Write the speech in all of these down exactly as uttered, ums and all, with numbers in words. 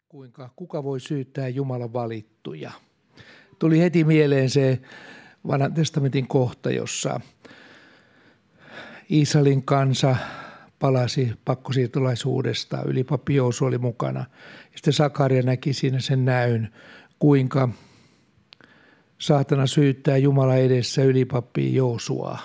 kuinka kuka voi syyttää Jumalan valittuja. Tuli heti mieleen se Vanhan testamentin kohta, jossa Israelin kansa palasi pakkosiirtolaisuudesta. Ylipappi Joosu oli mukana. Ja sitten Sakaria näki siinä sen näyn, kuinka saatana syyttää Jumala edessä ylipappi Joosua.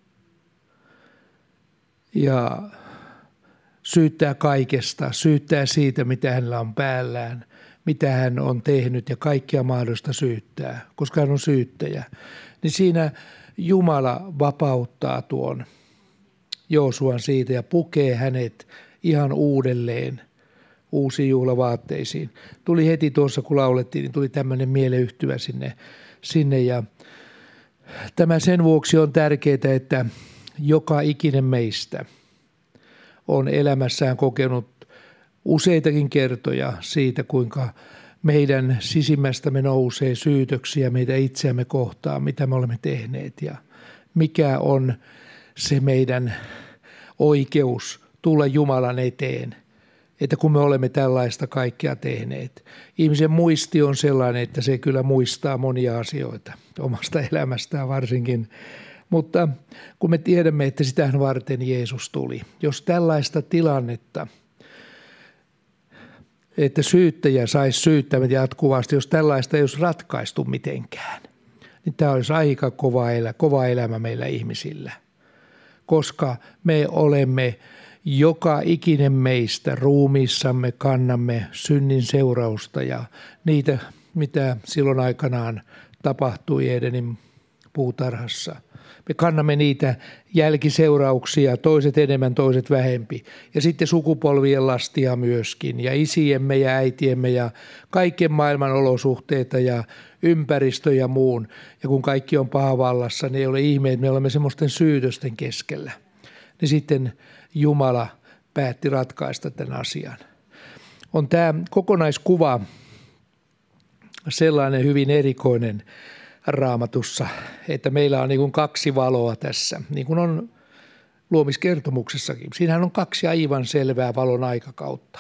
Ja syyttää kaikesta, syyttää siitä, mitä hänellä on päällään, mitä hän on tehnyt ja kaikkia mahdollista syyttää, koska hän on syyttäjä. Niin siinä Jumala vapauttaa tuon Joosuan siitä ja pukee hänet ihan uudelleen uusiin juhlavaatteisiin. Tuli heti tuossa, kun laulettiin, niin tuli tämmöinen mieleyhtyvä sinne, sinne ja tämä sen vuoksi on tärkeää, että joka ikinen meistä on elämässään kokenut useitakin kertoja siitä, kuinka meidän sisimmästämme nousee syytöksiä meitä itseämme kohtaan, mitä me olemme tehneet ja mikä on se meidän oikeus tulla Jumalan eteen, että kun me olemme tällaista kaikkea tehneet. Ihmisen muisti on sellainen, että se kyllä muistaa monia asioita omasta elämästään varsinkin. Mutta kun me tiedämme, että sitähän varten Jeesus tuli. Jos tällaista tilannetta, että syyttäjä saisi syyttämät jatkuvasti, jos tällaista ei olisi ratkaistu mitenkään, niin tämä olisi aika kova, elä, kova elämä meillä ihmisillä. Koska me olemme joka ikinen meistä ruumiissamme kannamme synnin seurausta ja niitä, mitä silloin aikanaan tapahtui Edenin puutarhassa. Me kannamme niitä jälkiseurauksia, toiset enemmän, toiset vähempi. Ja sitten sukupolvien lastia myöskin ja isiemme ja äitiemme ja kaiken maailman olosuhteita ja ympäristö ja muun. Ja kun kaikki on pahavallassa, niin ei ole ihme, että me olemme semmoisten syytösten keskellä. Niin sitten Jumala päätti ratkaista tämän asian. On tämä kokonaiskuva sellainen hyvin erikoinen Raamatussa, että meillä on niin kuin kaksi valoa tässä, niin kuin on luomiskertomuksessakin. Siinähän on kaksi aivan selvää valon aikakautta.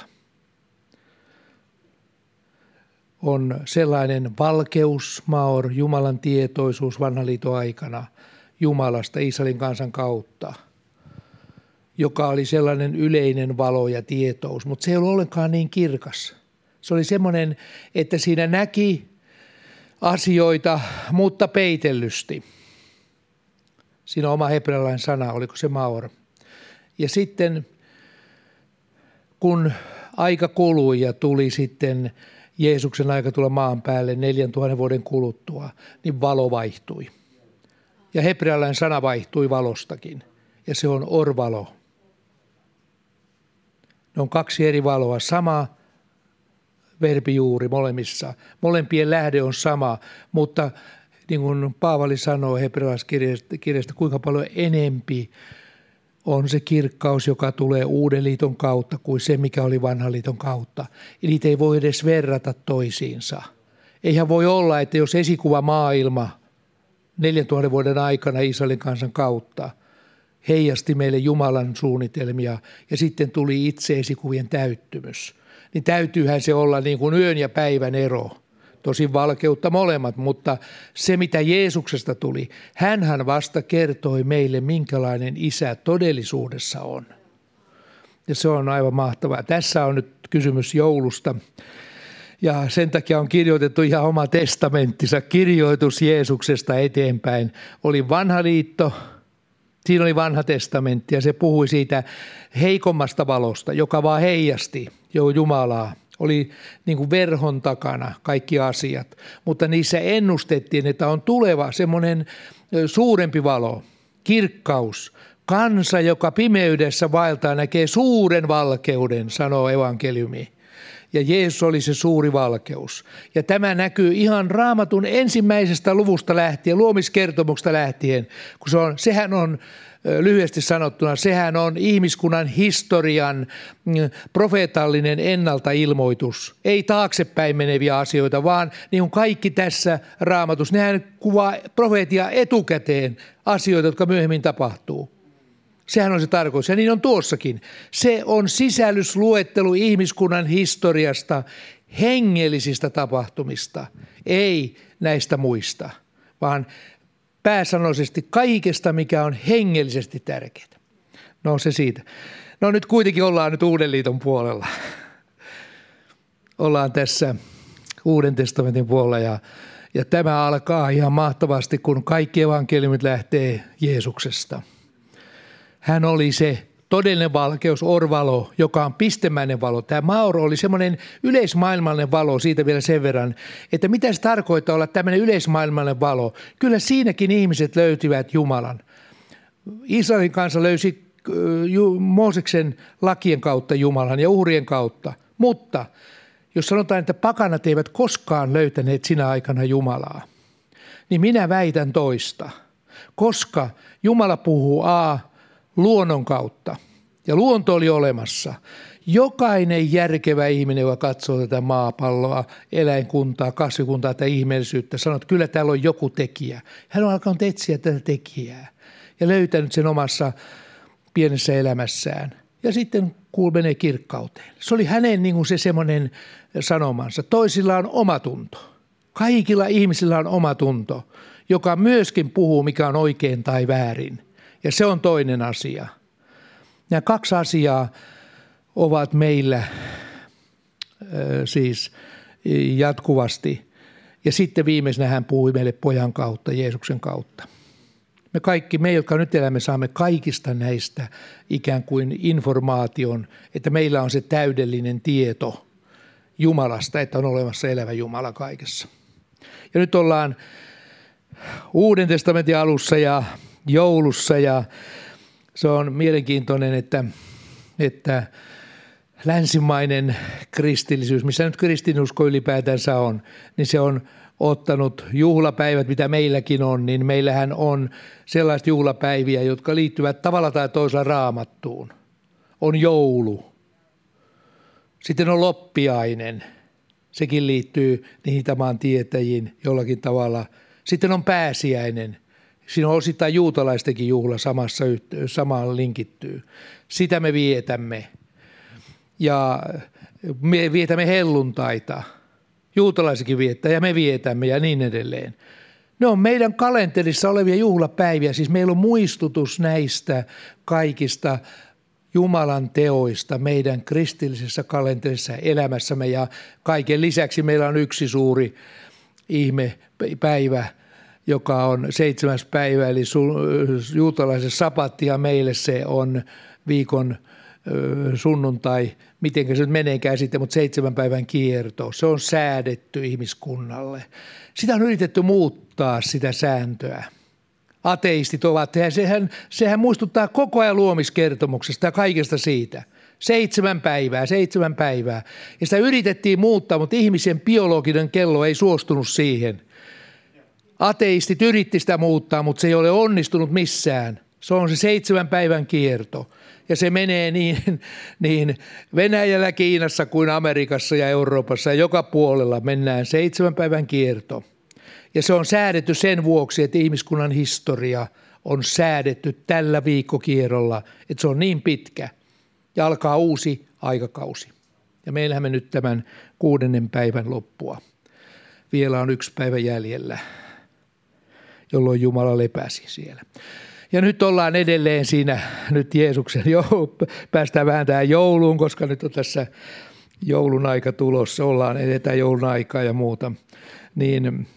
On sellainen valkeus, maor, Jumalan tietoisuus vanhan liiton aikana Jumalasta Israelin kansan kautta, joka oli sellainen yleinen valo ja tietous, mutta se ei ollut ollenkaan niin kirkas. Se oli semmoinen, että siinä näki asioita, mutta peitellysti. Siinä on oma hebrealainen sana, oliko se maor. Ja sitten kun aika kului ja tuli sitten Jeesuksen aika tulla maan päälle neljän tuhannen vuoden kuluttua, niin valo vaihtui. Ja hebrealainen sana vaihtui valostakin, ja se on orvalo. Ne on kaksi eri valoa, sama verbijuuri molemmissa. Molempien lähde on sama, mutta niin kuin Paavali sanoo hebrealaiskirjasta, kuinka paljon enempi on se kirkkaus, joka tulee uuden liiton kautta kuin se, mikä oli vanhan liiton kautta. Ja niitä ei voi edes verrata toisiinsa. Eihän voi olla, että jos esikuva maailma neljäntuhannen vuoden aikana Israelin kansan kautta heijasti meille Jumalan suunnitelmia ja sitten tuli itse esikuvien täyttymys, niin täytyyhän se olla niin kuin yön ja päivän ero. Tosin valkeutta molemmat, mutta se mitä Jeesuksesta tuli, hänhän vasta kertoi meille, minkälainen isä todellisuudessa on. Ja se on aivan mahtavaa. Tässä on nyt kysymys joulusta. Ja sen takia on kirjoitettu ihan oma testamenttinsa, kirjoitus Jeesuksesta eteenpäin. Oli vanha liitto, siinä oli vanha testamentti ja se puhui siitä heikommasta valosta, joka vaan heijasti jo Jumalaa. Oli niin kuin verhon takana kaikki asiat, mutta niissä ennustettiin, että on tuleva semmoinen suurempi valo, kirkkaus. Kansa, joka pimeydessä vaeltaa, näkee suuren valkeuden, sanoo evankeliumi. Ja Jeesus oli se suuri valkeus. Ja tämä näkyy ihan Raamatun ensimmäisestä luvusta lähtien, luomiskertomuksesta lähtien, kun se on, sehän on lyhyesti sanottuna, sehän on ihmiskunnan historian profeetallinen ennaltailmoitus. Ei taaksepäin meneviä asioita, vaan niin kuin kaikki tässä Raamatussa, nehän kuvaa profeetia etukäteen asioita, jotka myöhemmin tapahtuu. Sehän on se tarkoitus, ja niin on tuossakin. Se on sisällysluettelo ihmiskunnan historiasta, hengellisistä tapahtumista, ei näistä muista, vaan pääsanoisesti kaikesta, mikä on hengellisesti tärkeää. No se siitä. No nyt kuitenkin ollaan nyt Uuden liiton puolella. Ollaan tässä Uuden testamentin puolella ja, ja tämä alkaa ihan mahtavasti, kun kaikki evankeliumit lähtee Jeesuksesta. Hän oli se todellinen valkeus, orvalo, joka on pistemäinen valo. Tämä Mauro oli semmoinen yleismaailmallinen valo, siitä vielä sen verran, että mitä se tarkoittaa olla tämmöinen yleismaailmallinen valo. Kyllä siinäkin ihmiset löytivät Jumalan. Israelin kansa löysi Mooseksen lakien kautta Jumalan ja uhrien kautta, mutta jos sanotaan, että pakanat eivät koskaan löytäneet sinä aikana Jumalaa, niin minä väitän toista, koska Jumala puhuu A, luonnon kautta, ja luonto oli olemassa. Jokainen järkevä ihminen, joka katsoo tätä maapalloa, eläinkuntaa, kasvikuntaa tai ihmeellisyyttä, sanoo, että kyllä täällä on joku tekijä. Hän on alkanut etsiä tätä tekijää ja löytänyt sen omassa pienessä elämässään. Ja sitten kuul menee kirkkauteen. Se oli hänen niin kuin se semmoinen sanomansa. Toisilla on omatunto. Kaikilla ihmisillä on omatunto, joka myöskin puhuu, mikä on oikein tai väärin. Ja se on toinen asia. Nämä kaksi asiaa ovat meillä äh, siis jatkuvasti. Ja sitten viimeisenä hän puhui meille pojan kautta, Jeesuksen kautta. Me kaikki, me jotka nyt elämme, saamme kaikista näistä ikään kuin informaation, että meillä on se täydellinen tieto Jumalasta, että on olemassa elävä Jumala kaikessa. Ja nyt ollaan Uuden testamentin alussa ja joulussa ja se on mielenkiintoinen, että, että länsimainen kristillisyys, missä nyt kristinusko ylipäätänsä on, niin se on ottanut juhlapäivät, mitä meilläkin on, niin meillähän on sellaista juhlapäiviä, jotka liittyvät tavalla tai toisella Raamattuun. On joulu. Sitten on loppiainen. Sekin liittyy niihin maantietäjiin jollakin tavalla. Sitten on pääsiäinen. Siinä on osittain juutalaistenkin juhla samassa yhteydessä, samaan linkittyy. Sitä me vietämme. Ja me vietämme helluntaita. Juutalaisikin viettää ja me vietämme ja niin edelleen. Ne on meidän kalenterissa olevia juhlapäiviä, siis meillä on muistutus näistä kaikista Jumalan teoista meidän kristillisessä kalenterissa elämässämme ja kaiken lisäksi meillä on yksi suuri ihmepäivä, joka on seitsemäs päivä eli juutalaisen sapatti ja meille se on viikon sunnuntai, miten se nyt meneekään sitten, mutta seitsemän päivän kierto. Se on säädetty ihmiskunnalle. Sitä on yritetty muuttaa sitä sääntöä. Ateistit ovat, ja sehän, sehän muistuttaa koko ajan luomiskertomuksesta ja kaikesta siitä. Seitsemän päivää, seitsemän päivää. Ja sitä yritettiin muuttaa, mutta ihmisen biologinen kello ei suostunut siihen. Ateistit yritti sitä muuttaa, mutta se ei ole onnistunut missään. Se on se seitsemän päivän kierto. Ja se menee niin, niin Venäjällä, Kiinassa kuin Amerikassa ja Euroopassa. Ja joka puolella mennään seitsemän päivän kierto. Ja se on säädetty sen vuoksi, että ihmiskunnan historia on säädetty tällä viikkokierrolla. Että se on niin pitkä. Ja alkaa uusi aikakausi. Ja meillähän me nyt tämän kuudennen päivän loppua. Vielä on yksi päivä jäljellä, jolloin Jumala lepäsi siellä. Ja nyt ollaan edelleen siinä nyt Jeesuksen, joo, päästään vähän tähän jouluun, koska nyt on tässä joulun aika tulossa, ollaan edetään joulun aikaa ja muuta. Niin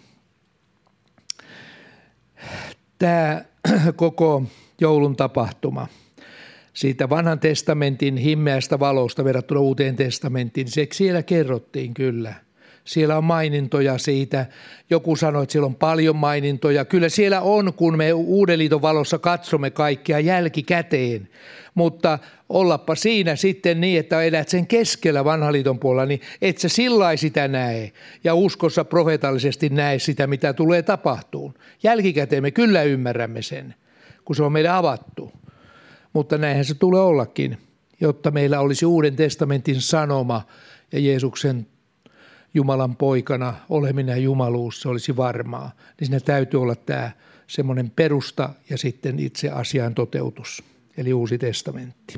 tämä koko joulun tapahtuma, siitä vanhan testamentin himmeästä valosta verrattuna uuteen testamenttiin, se siellä kerrottiin kyllä. Siellä on mainintoja siitä. Joku sanoi, että siellä on paljon mainintoja. Kyllä siellä on, kun me Uuden liiton valossa katsomme kaikkea jälkikäteen. Mutta ollappa siinä sitten niin, että elät sen keskellä vanhan liiton puolella, niin et sä sillä sitä näe. Ja uskossa profeetallisesti näe sitä, mitä tulee tapahtuun. Jälkikäteen me kyllä ymmärrämme sen, kun se on meille avattu. Mutta näinhän se tulee ollakin, jotta meillä olisi Uuden testamentin sanoma ja Jeesuksen Jumalan poikana oleminen ja jumaluus, se olisi varmaa. Niin siinä täytyy olla tämä semmoinen perusta ja sitten itse asian toteutus. eli Uusi testamentti.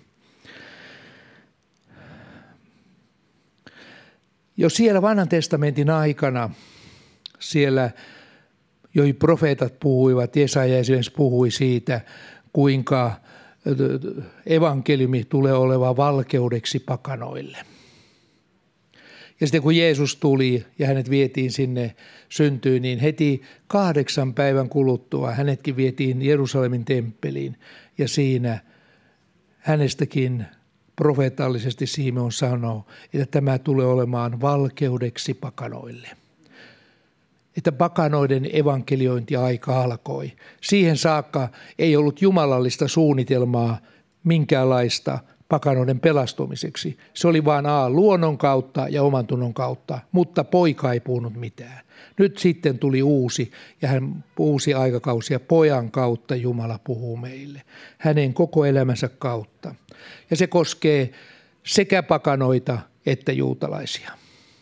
Jo siellä vanhan testamentin aikana, siellä jo profeetat puhuivat, Jesaja esimerkiksi puhui siitä, kuinka evankeliumi tulee olemaan valkeudeksi pakanoille. Ja sitten kun Jeesus tuli ja hänet vietiin sinne syntyyn, niin heti kahdeksan päivän kuluttua hänetkin vietiin Jerusalemin temppeliin. Ja siinä hänestäkin profeetallisesti Simeon sanoo, että tämä tulee olemaan valkeudeksi pakanoille. Että pakanoiden evankeliointiaika alkoi. Siihen saakka ei ollut jumalallista suunnitelmaa minkäänlaista pakanoiden pelastumiseksi. Se oli vain A, luonnon kautta ja oman tunnon kautta, mutta poika ei puhunut mitään. Nyt sitten tuli uusi ja hän uusi aikakausi ja pojan kautta Jumala puhuu meille. Hänen koko elämänsä kautta. Ja se koskee sekä pakanoita että juutalaisia.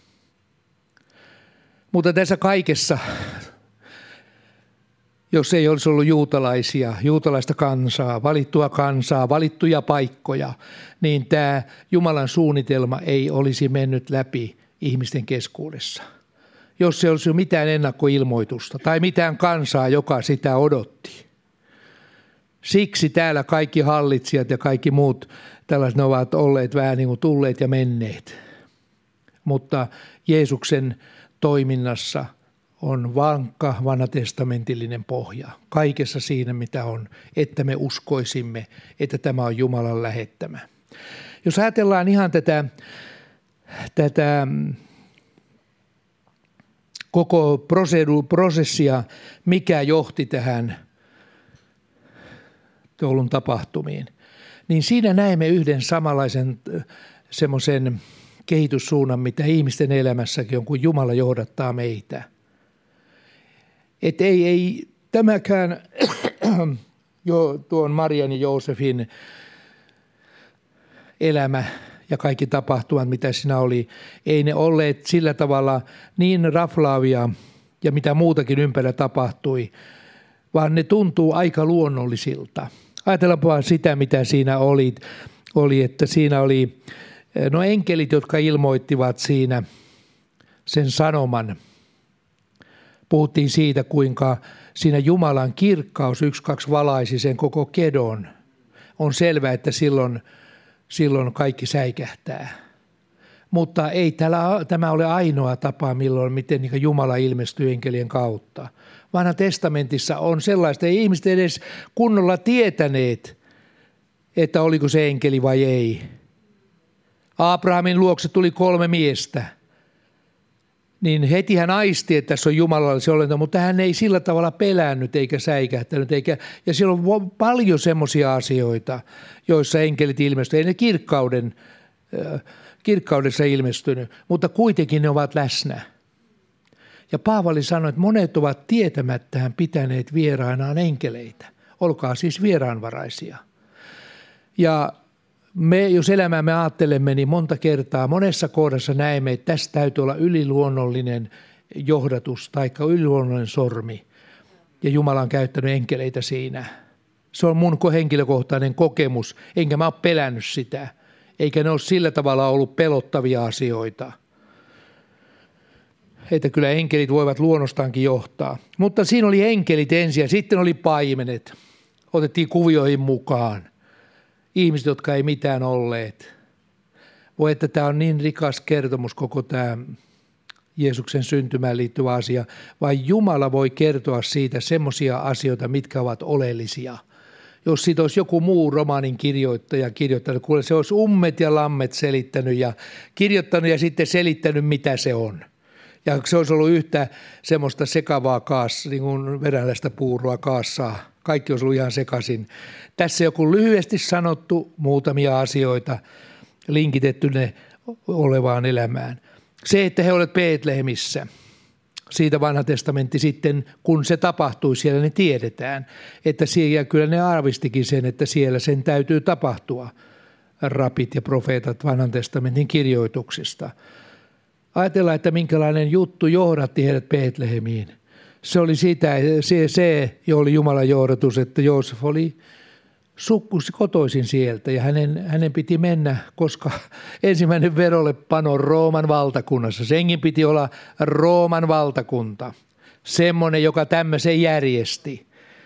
Mutta tässä kaikessa, jos ei olisi ollut juutalaisia, juutalaista kansaa, valittua kansaa, valittuja paikkoja, niin tämä Jumalan suunnitelma ei olisi mennyt läpi ihmisten keskuudessa. Jos ei olisi mitään ennakkoilmoitusta tai mitään kansaa, joka sitä odotti. Siksi täällä kaikki hallitsijat ja kaikki muut tällaiset ne ovat olleet vähän niin kuin tulleet ja menneet. Mutta Jeesuksen toiminnassa on vankka vanhatestamentillinen pohja. Kaikessa siinä, mitä on, että me uskoisimme, että tämä on Jumalan lähettämä. Jos ajatellaan ihan tätä, tätä koko prosessia, mikä johti tähän joulun tapahtumiin, niin siinä näemme yhden samanlaisen semmoisen kehityssuunnan, mitä ihmisten elämässäkin on, kun Jumala johdattaa meitä. Että ei, ei tämäkään jo tuon Marian ja Joosefin elämä ja kaikki tapahtumat, mitä siinä oli, ei ne olleet sillä tavalla niin raflaavia ja mitä muutakin ympärillä tapahtui, vaan ne tuntuu aika luonnollisilta. Ajatellaanpa vaan sitä, mitä siinä oli, oli että siinä oli no enkelit, jotka ilmoittivat siinä sen sanoman. Puhuttiin siitä, kuinka siinä Jumalan kirkkaus yksi kaksi valaisi sen koko kedon. On selvää, että silloin, silloin kaikki säikähtää. Mutta ei täällä, tämä ole ainoa tapa, milloin miten niin Jumala ilmestyy enkelien kautta. Vanha testamentissa on sellaista, ei ihmiset edes kunnolla tietäneet, että oliko se enkeli vai ei. Abrahamin luokse tuli kolme miestä. Niin heti hän aisti, että tässä on jumalallisia olento, mutta hän ei sillä tavalla pelännyt eikä säikähtänyt. Eikä, ja siellä on paljon semmoisia asioita, joissa enkelit ilmestyvät. Ei ne kirkkauden, äh, kirkkaudessa ilmestynyt, mutta kuitenkin ne ovat läsnä. Ja Paavali sanoi, että monet ovat tietämättään pitäneet vieraanaan enkeleitä. Olkaa siis vieraanvaraisia. Ja me, jos elämäämme ajattelemme, niin monta kertaa, monessa kohdassa näemme, että tässä täytyy olla yliluonnollinen johdatus tai yliluonnollinen sormi. Ja Jumala on käyttänyt enkeleitä siinä. Se on mun henkilökohtainen kokemus, enkä mä ole pelännyt sitä. Eikä ne ole sillä tavalla ollut pelottavia asioita. Että kyllä enkelit voivat luonnostaankin johtaa. Mutta siinä oli enkelit ensin ja sitten oli paimenet. Otettiin kuvioihin mukaan. Ihmiset, jotka ei mitään olleet. Voi, että tämä on niin rikas kertomus koko tämä Jeesuksen syntymään liittyvä asia. Vai Jumala voi kertoa siitä semmoisia asioita, mitkä ovat oleellisia. Jos siitä olisi joku muu romaanin kirjoittaja kirjoittanut, kuule se olisi ummet ja lammet selittänyt ja kirjoittanut ja sitten selittänyt, mitä se on. Ja se olisi ollut yhtä semmoista sekavaa kaassa, niin kuin venäläistä puuroa kaassaa. Kaikki olisi ollut ihan sekaisin. Tässä joku lyhyesti sanottu muutamia asioita, linkitetty ne olevaan elämään. Se, että he olivat Betlehemissä, siitä vanha testamentti sitten, kun se tapahtui siellä, niin tiedetään, että siellä kyllä ne arvistikin sen, että siellä sen täytyy tapahtua, rapit ja profeetat vanhan testamentin kirjoituksista. Ajatellaan, että minkälainen juttu johdatti heidät Betlehemiin. Se oli sitä, se, se oli Jumalan johdatus, että Joosef oli sukkusi kotoisin sieltä ja hänen, hänen piti mennä, koska ensimmäinen verolle pano Rooman valtakunnassa. Senkin piti olla Rooman valtakunta, semmoinen, joka tämmöisen järjesti.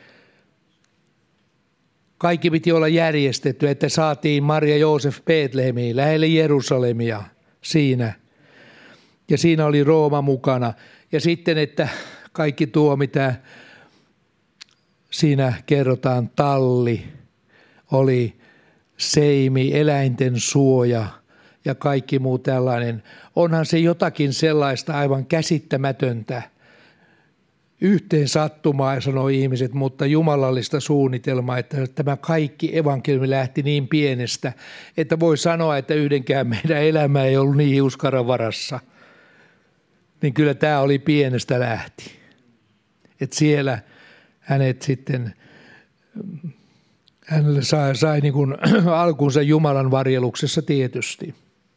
Kaikki piti olla järjestetty, että saatiin Maria Joosef Betlehemiin, lähelle Jerusalemia siinä. Ja siinä oli Rooma mukana. Ja sitten, että kaikki tuo, mitä siinä kerrotaan, talli, oli seimi, eläinten suoja ja kaikki muu tällainen. Onhan se jotakin sellaista aivan käsittämätöntä, yhteen sattumaa, sanoo ihmiset, mutta jumalallista suunnitelmaa, että tämä kaikki evankeliumi lähti niin pienestä, että voi sanoa, että yhdenkään meidän elämä ei ollut niin hiuskaran varassa. Niin kyllä tämä oli pienestä lähti. Että siellä hänet sitten, hänelle sai, sai niin kuin alkunsa Jumalan varjeluksessa tietysti.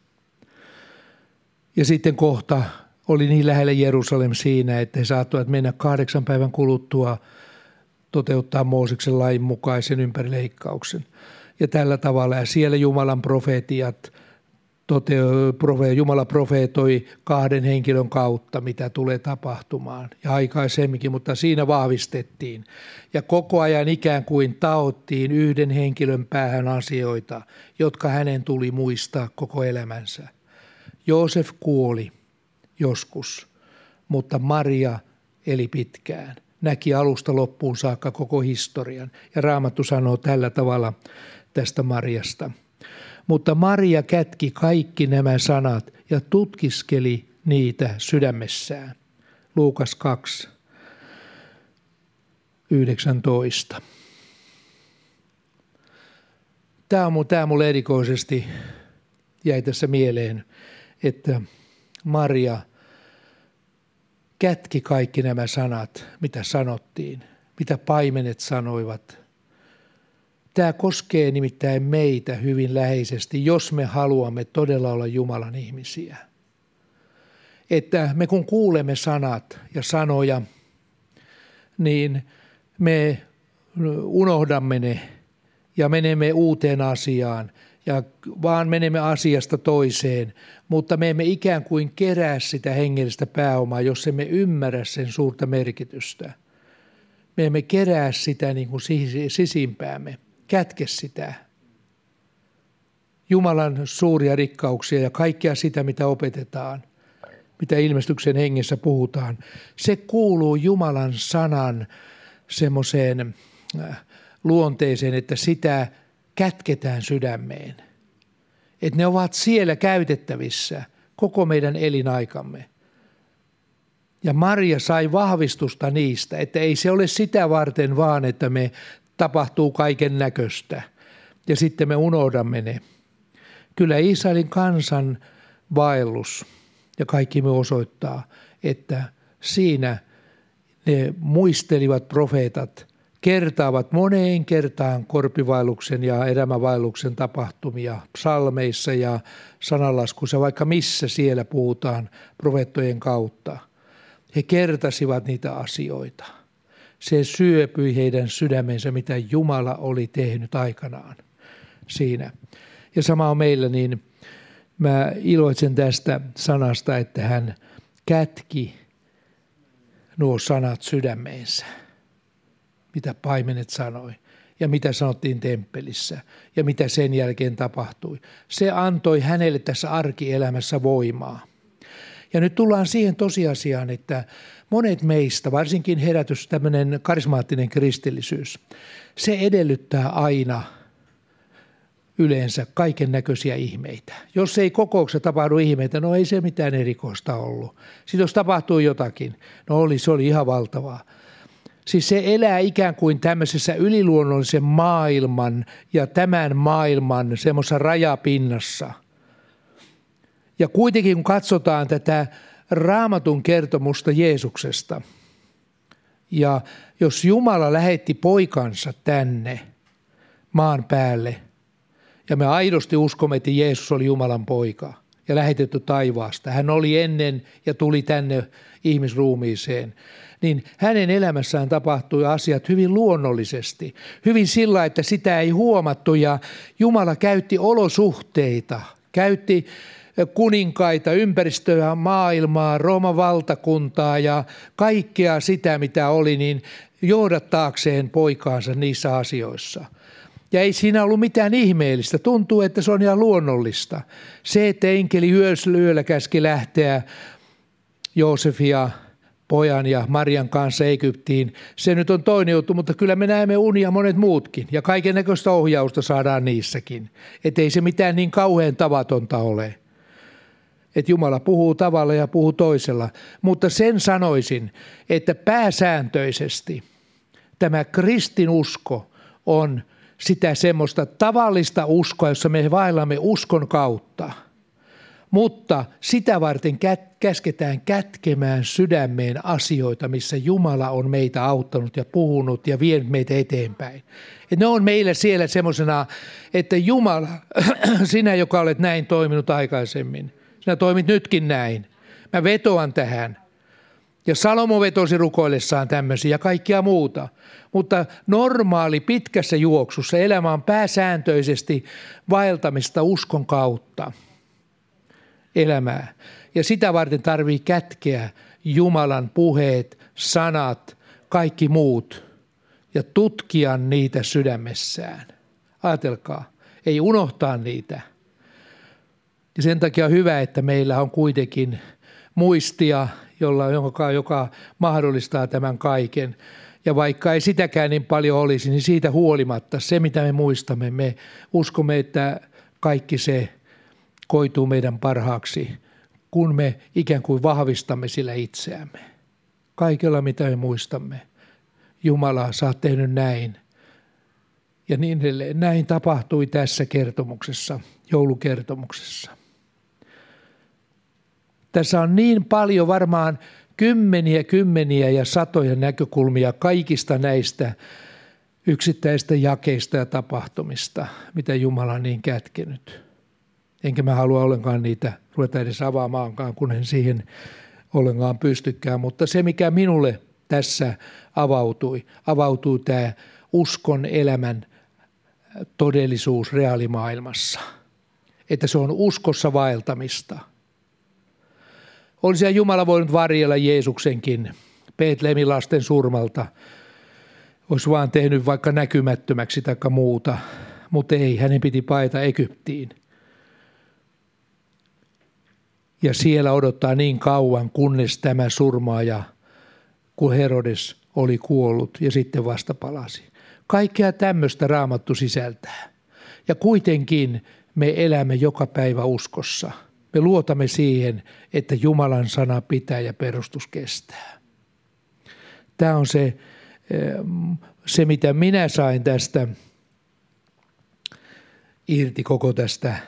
Ja sitten kohta oli niin lähellä Jerusalem siinä, että he saattoivat mennä kahdeksan päivän kuluttua toteuttaa Mooseksen lain mukaisen ympärileikkauksen. Ja tällä tavalla, ja siellä Jumalan profeetiat, tote- Jumala profeetoi kahden henkilön kautta, mitä tulee tapahtumaan. Ja aikaisemminkin, mutta siinä vahvistettiin. Ja koko ajan ikään kuin taottiin yhden henkilön päähän asioita, jotka hänen tuli muistaa koko elämänsä. Joosef kuoli joskus, mutta Maria eli pitkään. Näki alusta loppuun saakka koko historian. Ja Raamattu sanoo tällä tavalla tästä Mariasta. Mutta Maria kätki kaikki nämä sanat ja tutkiskeli niitä sydämessään. Luukas kaksi, yhdeksäntoista. Tämä on tämä mulle erikoisesti jäi tässä mieleen, että Maria kätki kaikki nämä sanat, mitä sanottiin, mitä paimenet sanoivat. Tämä koskee nimittäin meitä hyvin läheisesti, jos me haluamme todella olla Jumalan ihmisiä. Että me kun kuulemme sanat ja sanoja, niin me unohdamme ne ja menemme uuteen asiaan ja vaan menemme asiasta toiseen, mutta me emme ikään kuin kerää sitä hengellistä pääomaa, jos emme ymmärrä sen suurta merkitystä. Me emme kerää sitä niin kuin sisimpäämme, kätke sitä. Jumalan suuria rikkauksia ja kaikkea sitä, mitä opetetaan, mitä ilmestyksen hengessä puhutaan, se kuuluu Jumalan sanan semmoiseen luonteeseen, että sitä kätketään sydämeen. Että ne ovat siellä käytettävissä koko meidän elinaikamme. Ja Maria sai vahvistusta niistä, että ei se ole sitä varten vaan, että me tapahtuu kaiken näköistä ja sitten me unohdamme ne. Kyllä Israelin kansan vaellus ja kaikki me osoittaa, että siinä ne muistelivat profeetat, kertaavat moneen kertaan korpivaelluksen ja erämävaelluksen tapahtumia psalmeissa ja sananlaskussa, vaikka missä siellä puhutaan profeettojen kautta. He kertasivat niitä asioita. Se syöpyi heidän sydämensä, mitä Jumala oli tehnyt aikanaan siinä. Ja sama on meillä, niin mä iloitsen tästä sanasta, että hän kätki nuo sanat sydämeensä, mitä paimenet sanoi ja mitä sanottiin temppelissä ja mitä sen jälkeen tapahtui. Se antoi hänelle tässä arkielämässä voimaa. Ja nyt tullaan siihen tosiasiaan, että monet meistä, varsinkin herätys, tämmöinen karismaattinen kristillisyys, se edellyttää aina yleensä kaiken näköisiä ihmeitä. Jos ei kokouksessa tapahdu ihmeitä, no ei se mitään erikoista ollut. Sitten jos tapahtuu jotakin, no oli, se oli ihan valtavaa. Siis se elää ikään kuin tämmöisessä yliluonnollisen maailman ja tämän maailman semmoisessa rajapinnassa. Ja kuitenkin kun katsotaan tätä Raamatun kertomusta Jeesuksesta, ja jos Jumala lähetti poikansa tänne maan päälle, ja me aidosti uskomme, että Jeesus oli Jumalan poika, ja lähetetty taivaasta. Hän oli ennen ja tuli tänne ihmisruumiiseen. Niin hänen elämässään tapahtui asiat hyvin luonnollisesti. Hyvin sillä, että sitä ei huomattu ja Jumala käytti olosuhteita, käytti kuninkaita, ympäristöä, maailmaa, Rooman valtakuntaa ja kaikkea sitä, mitä oli, niin johdattaakseen poikaansa niissä asioissa. Ja ei siinä ollut mitään ihmeellistä. Tuntuu, että se on ihan luonnollista. Se, että enkeli yöllä käski lähteä Joosefia, pojan ja Marian kanssa Egyptiin, se nyt on toinen juttu, mutta kyllä me näemme unia monet muutkin. Ja kaiken näköistä ohjausta saadaan niissäkin. Että ei se mitään niin kauhean tavatonta ole. Että Jumala puhuu tavalla ja puhuu toisella. Mutta sen sanoisin, että pääsääntöisesti tämä kristinusko on sitä semmoista tavallista uskoa, jossa me vaellamme uskon kautta. Mutta sitä varten käsketään kätkemään sydämeen asioita, missä Jumala on meitä auttanut ja puhunut ja vienyt meitä eteenpäin. Et ne on meillä siellä semmoisena, että Jumala, sinä joka olet näin toiminut aikaisemmin, sinä toimit nytkin näin. Mä vetoan tähän. Ja Salomo vetosi rukoillessaan tämmöisiä ja kaikkia muuta. Mutta normaali pitkässä juoksussa elämä on pääsääntöisesti vaeltamista uskon kautta elämää. Ja sitä varten tarvii kätkeä Jumalan puheet, sanat, kaikki muut ja tutkia niitä sydämessään. Ajatelkaa, ei unohtaa niitä. Ja sen takia on hyvä, että meillä on kuitenkin muistia, jolla, joka, joka mahdollistaa tämän kaiken. Ja vaikka ei sitäkään niin paljon olisi, niin siitä huolimatta se, mitä me muistamme, me uskomme, että kaikki se koituu meidän parhaaksi, kun me ikään kuin vahvistamme sillä itseämme. Kaikella, mitä me muistamme. Jumala, sä oot tehnyt näin. Ja niin edelleen. Näin tapahtui tässä kertomuksessa, joulukertomuksessa. Tässä on niin paljon varmaan kymmeniä, kymmeniä ja satoja näkökulmia kaikista näistä yksittäistä jakeista ja tapahtumista, mitä Jumala on niin kätkenyt. Enkä mä halua ollenkaan niitä ruveta edes avaamaankaan, kun en siihen ollenkaan pystykään. Mutta se, mikä minulle tässä avautui, avautui tämä uskon elämän todellisuus reaalimaailmassa. Että se on uskossa vaeltamista. Olisi Jumala voinut varjella Jeesuksenkin Betlehemin lasten surmalta. Olisi vaan tehnyt vaikka näkymättömäksi tai muuta, mutta ei, hänen piti paeta Egyptiin. Ja siellä odottaa niin kauan, kunnes tämä surmaaja, kun Herodes oli kuollut ja sitten vasta palasi. Kaikkea tämmöistä Raamattu sisältää. Ja kuitenkin me elämme joka päivä uskossa. Me luotamme siihen, että Jumalan sana pitää ja perustus kestää. Tämä on se, se mitä minä sain tästä irti koko tästä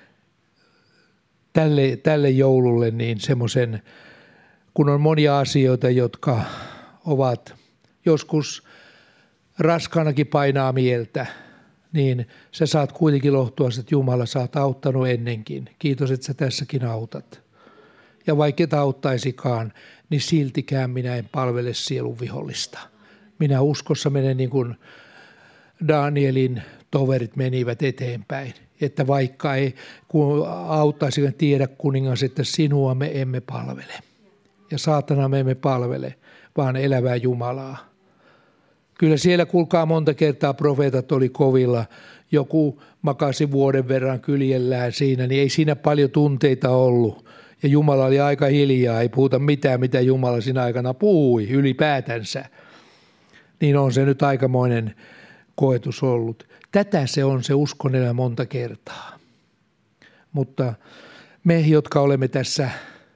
tälle, tälle joululle, niin semmoisen, kun on monia asioita, jotka ovat joskus raskaanakin painaa mieltä, niin sä saat kuitenkin lohtua, että Jumala, sä oot auttanut ennenkin. Kiitos, että sä tässäkin autat. Ja vaikka et auttaisikaan, niin siltikään minä en palvele sielun vihollista. Minä uskossa menen niin kuin Danielin toverit menivät eteenpäin. Että vaikka ei kun auttaisikaan tiedä kuningas, että sinua me emme palvele. Ja saatana me emme palvele, vaan elävää Jumalaa. Kyllä siellä kuulkaa monta kertaa profeetat oli kovilla. Joku makasi vuoden verran kyljellään siinä, niin ei siinä paljon tunteita ollut. Ja Jumala oli aika hiljaa, ei puhuta mitään, mitä Jumala siinä aikana puhui ylipäätänsä. Niin on se nyt aikamoinen koetus ollut. Tätä se on se uskon elämä monta kertaa. Mutta me, jotka olemme tässä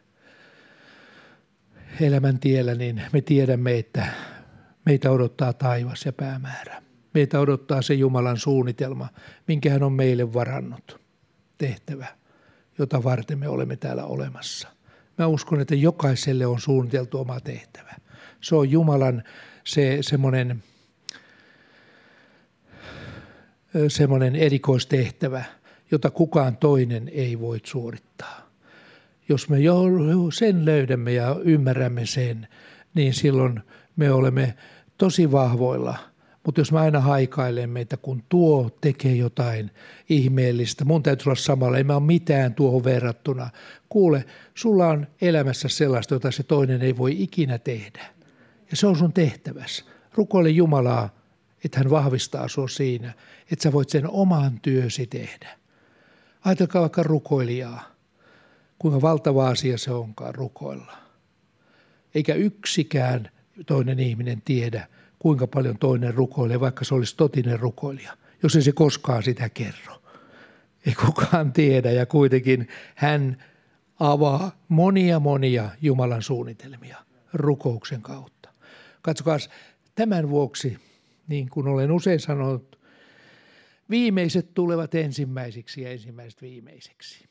elämäntiellä, niin me tiedämme, että meitä odottaa taivas ja päämäärä. Meitä odottaa se Jumalan suunnitelma, minkä hän on meille varannut tehtävä, jota varten me olemme täällä olemassa. Mä uskon, että jokaiselle on suunniteltu oma tehtävä. Se on Jumalan se semmoinen, semmoinen erikoistehtävä, jota kukaan toinen ei voi suorittaa. Jos me jo sen löydämme ja ymmärrämme sen, niin silloin me olemme tosi vahvoilla. Mutta jos me aina haikailemme, että kun tuo tekee jotain ihmeellistä, mun täytyy olla samalla, ei mä ole mitään tuohon verrattuna. Kuule, sulla on elämässä sellaista, jota se toinen ei voi ikinä tehdä. Ja se on sun tehtävässä. Rukoile Jumalaa, että hän vahvistaa sua siinä, että sä voit sen oman työsi tehdä. Ajatelkaa vaikka rukoilijaa, kuinka valtava asia se onkaan rukoilla. Eikä yksikään toinen ihminen tiedä, kuinka paljon toinen rukoilee, vaikka se olisi totinen rukoilija, jos ei se koskaan sitä kerro. Ei kukaan tiedä ja kuitenkin hän avaa monia monia Jumalan suunnitelmia rukouksen kautta. Katsokaa, tämän vuoksi, niin kuin olen usein sanonut, viimeiset tulevat ensimmäisiksi ja ensimmäiset viimeiseksi.